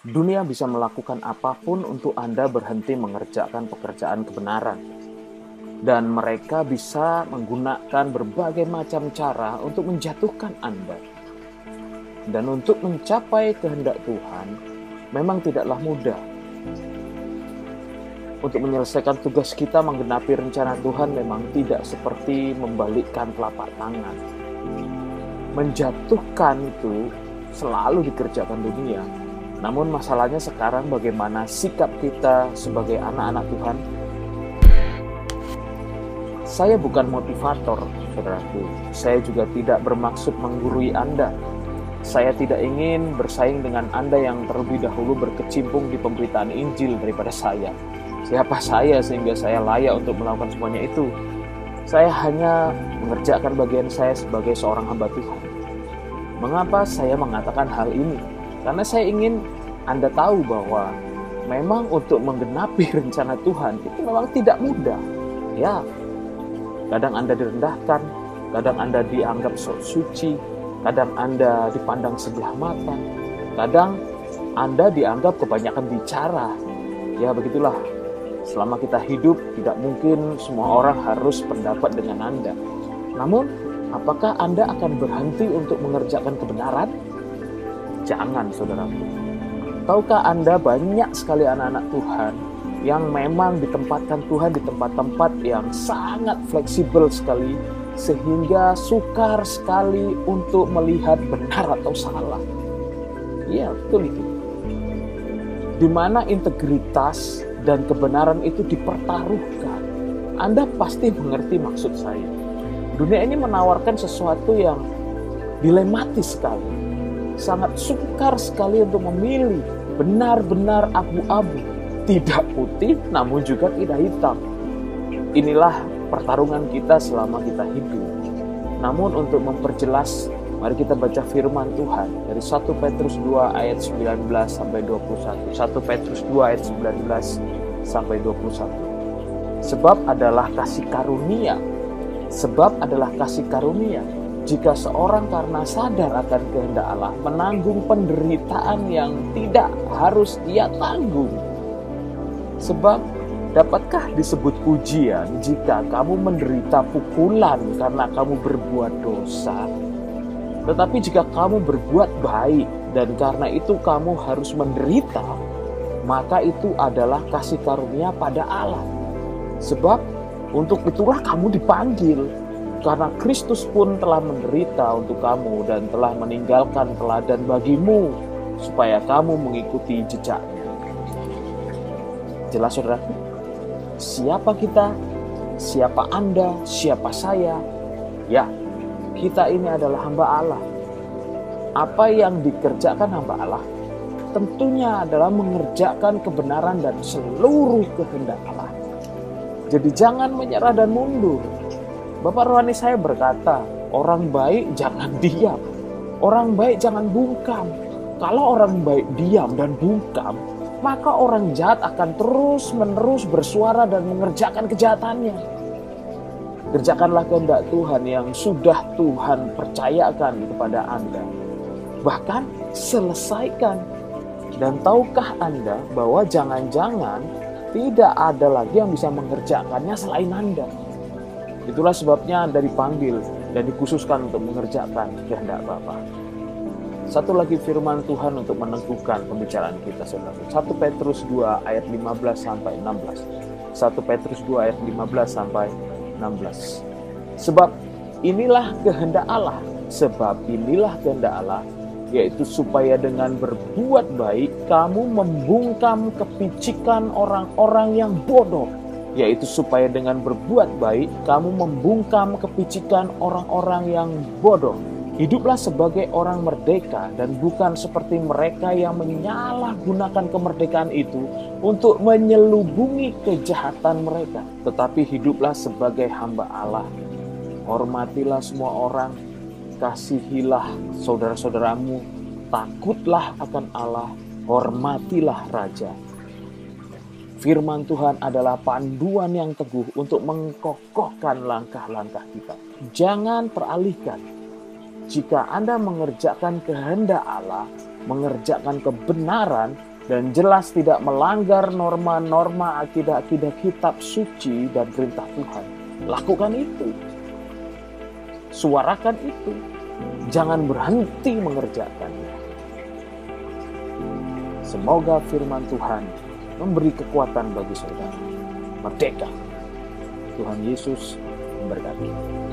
Dunia bisa melakukan apapun untuk Anda berhenti mengerjakan pekerjaan kebenaran. Dan mereka bisa menggunakan berbagai macam cara untuk menjatuhkan Anda. Dan untuk mencapai kehendak Tuhan, memang tidaklah mudah. Untuk menyelesaikan tugas kita menggenapi rencana Tuhan memang tidak seperti membalikkan telapak tangan. Menjatuhkan itu selalu dikerjakan dunia. Namun masalahnya sekarang bagaimana sikap kita sebagai anak-anak Tuhan? Saya bukan motivator, saudaraku. Saya juga tidak bermaksud menggurui Anda. Saya tidak ingin bersaing dengan Anda yang terlebih dahulu berkecimpung di pemberitaan Injil daripada saya. Siapa saya sehingga saya layak untuk melakukan semuanya itu? Saya hanya mengerjakan bagian saya sebagai seorang hamba Tuhan. Mengapa saya mengatakan hal ini? Karena saya ingin Anda tahu bahwa memang untuk menggenapi rencana Tuhan itu memang tidak mudah. Ya, kadang Anda direndahkan, kadang Anda dianggap sok suci, kadang Anda dipandang sebelah mata, kadang Anda dianggap kebanyakan bicara. Ya, begitulah. Selama kita hidup, tidak mungkin semua orang harus pendapat dengan Anda. Namun, apakah Anda akan berhenti untuk mengerjakan kebenaran? Jangan, saudaraku. Tahukah Anda banyak sekali anak-anak Tuhan yang memang ditempatkan Tuhan di tempat-tempat yang sangat fleksibel sekali, sehingga sukar sekali untuk melihat benar atau salah. Iya, betul itu. Di mana integritas dan kebenaran itu dipertaruhkan. Anda pasti mengerti maksud saya. Dunia ini menawarkan sesuatu yang dilematis sekali. Sangat sukar sekali untuk memilih benar-benar abu-abu. Tidak putih namun juga tidak hitam. Inilah pertarungan kita selama kita hidup. Namun untuk memperjelas, mari kita baca firman Tuhan dari 1 Petrus 2 ayat 19 sampai 21. 1 Petrus 2 ayat 19 sampai 21. Sebab adalah kasih karunia. Sebab adalah kasih karunia. Jika seorang karena sadar akan kehendak Allah menanggung penderitaan yang tidak harus ia tanggung. Sebab dapatkah disebut pujian jika kamu menderita pukulan karena kamu berbuat dosa? Tetapi jika kamu berbuat baik dan karena itu kamu harus menderita, maka itu adalah kasih karunia pada Allah. Sebab untuk itulah kamu dipanggil, karena Kristus pun telah menderita untuk kamu dan telah meninggalkan teladan bagimu, supaya kamu mengikuti jejaknya. Jelas, saudaraku? Siapa kita? Siapa Anda? Siapa saya? Ya, kita ini adalah hamba Allah. Apa yang dikerjakan hamba Allah? Tentunya adalah mengerjakan kebenaran dan seluruh kehendak Allah. Jadi jangan menyerah dan mundur. Bapak rohani saya berkata, orang baik jangan diam. Orang baik jangan bungkam. Kalau orang baik diam dan bungkam, maka orang jahat akan terus-menerus bersuara dan mengerjakan kejahatannya. Kerjakanlah kehendak Tuhan yang sudah Tuhan percayakan kepada Anda. Bahkan selesaikan. Dan tahukah Anda bahwa jangan-jangan tidak ada lagi yang bisa mengerjakannya selain Anda. Itulah sebabnya Anda dipanggil dan dikhususkan untuk mengerjakan kehendak Bapa. Satu lagi firman Tuhan untuk meneguhkan pembicaraan kita, saudara. 1 Petrus 2 ayat 15 sampai 16. 1 Petrus 2 ayat 15 sampai 16. Sebab inilah kehendak Allah. Sebab inilah kehendak Allah, yaitu supaya dengan berbuat baik kamu membungkam kepicikan orang-orang yang bodoh. Yaitu supaya dengan berbuat baik kamu membungkam kepicikan orang-orang yang bodoh. Hiduplah sebagai orang merdeka dan bukan seperti mereka yang menyalahgunakan kemerdekaan itu untuk menyelubungi kejahatan mereka. Tetapi hiduplah sebagai hamba Allah. Hormatilah semua orang, kasihilah saudara-saudaramu, takutlah akan Allah, hormatilah raja. Firman Tuhan adalah panduan yang teguh untuk mengkokohkan langkah-langkah kita. Jangan teralihkan. Jika Anda mengerjakan kehendak Allah, mengerjakan kebenaran, dan jelas tidak melanggar norma-norma akidah-akidah kitab suci dan perintah Tuhan, lakukan itu. Suarakan itu. Jangan berhenti mengerjakannya. Semoga firman Tuhan memberi kekuatan bagi saudara. Merdeka. Tuhan Yesus memberkati.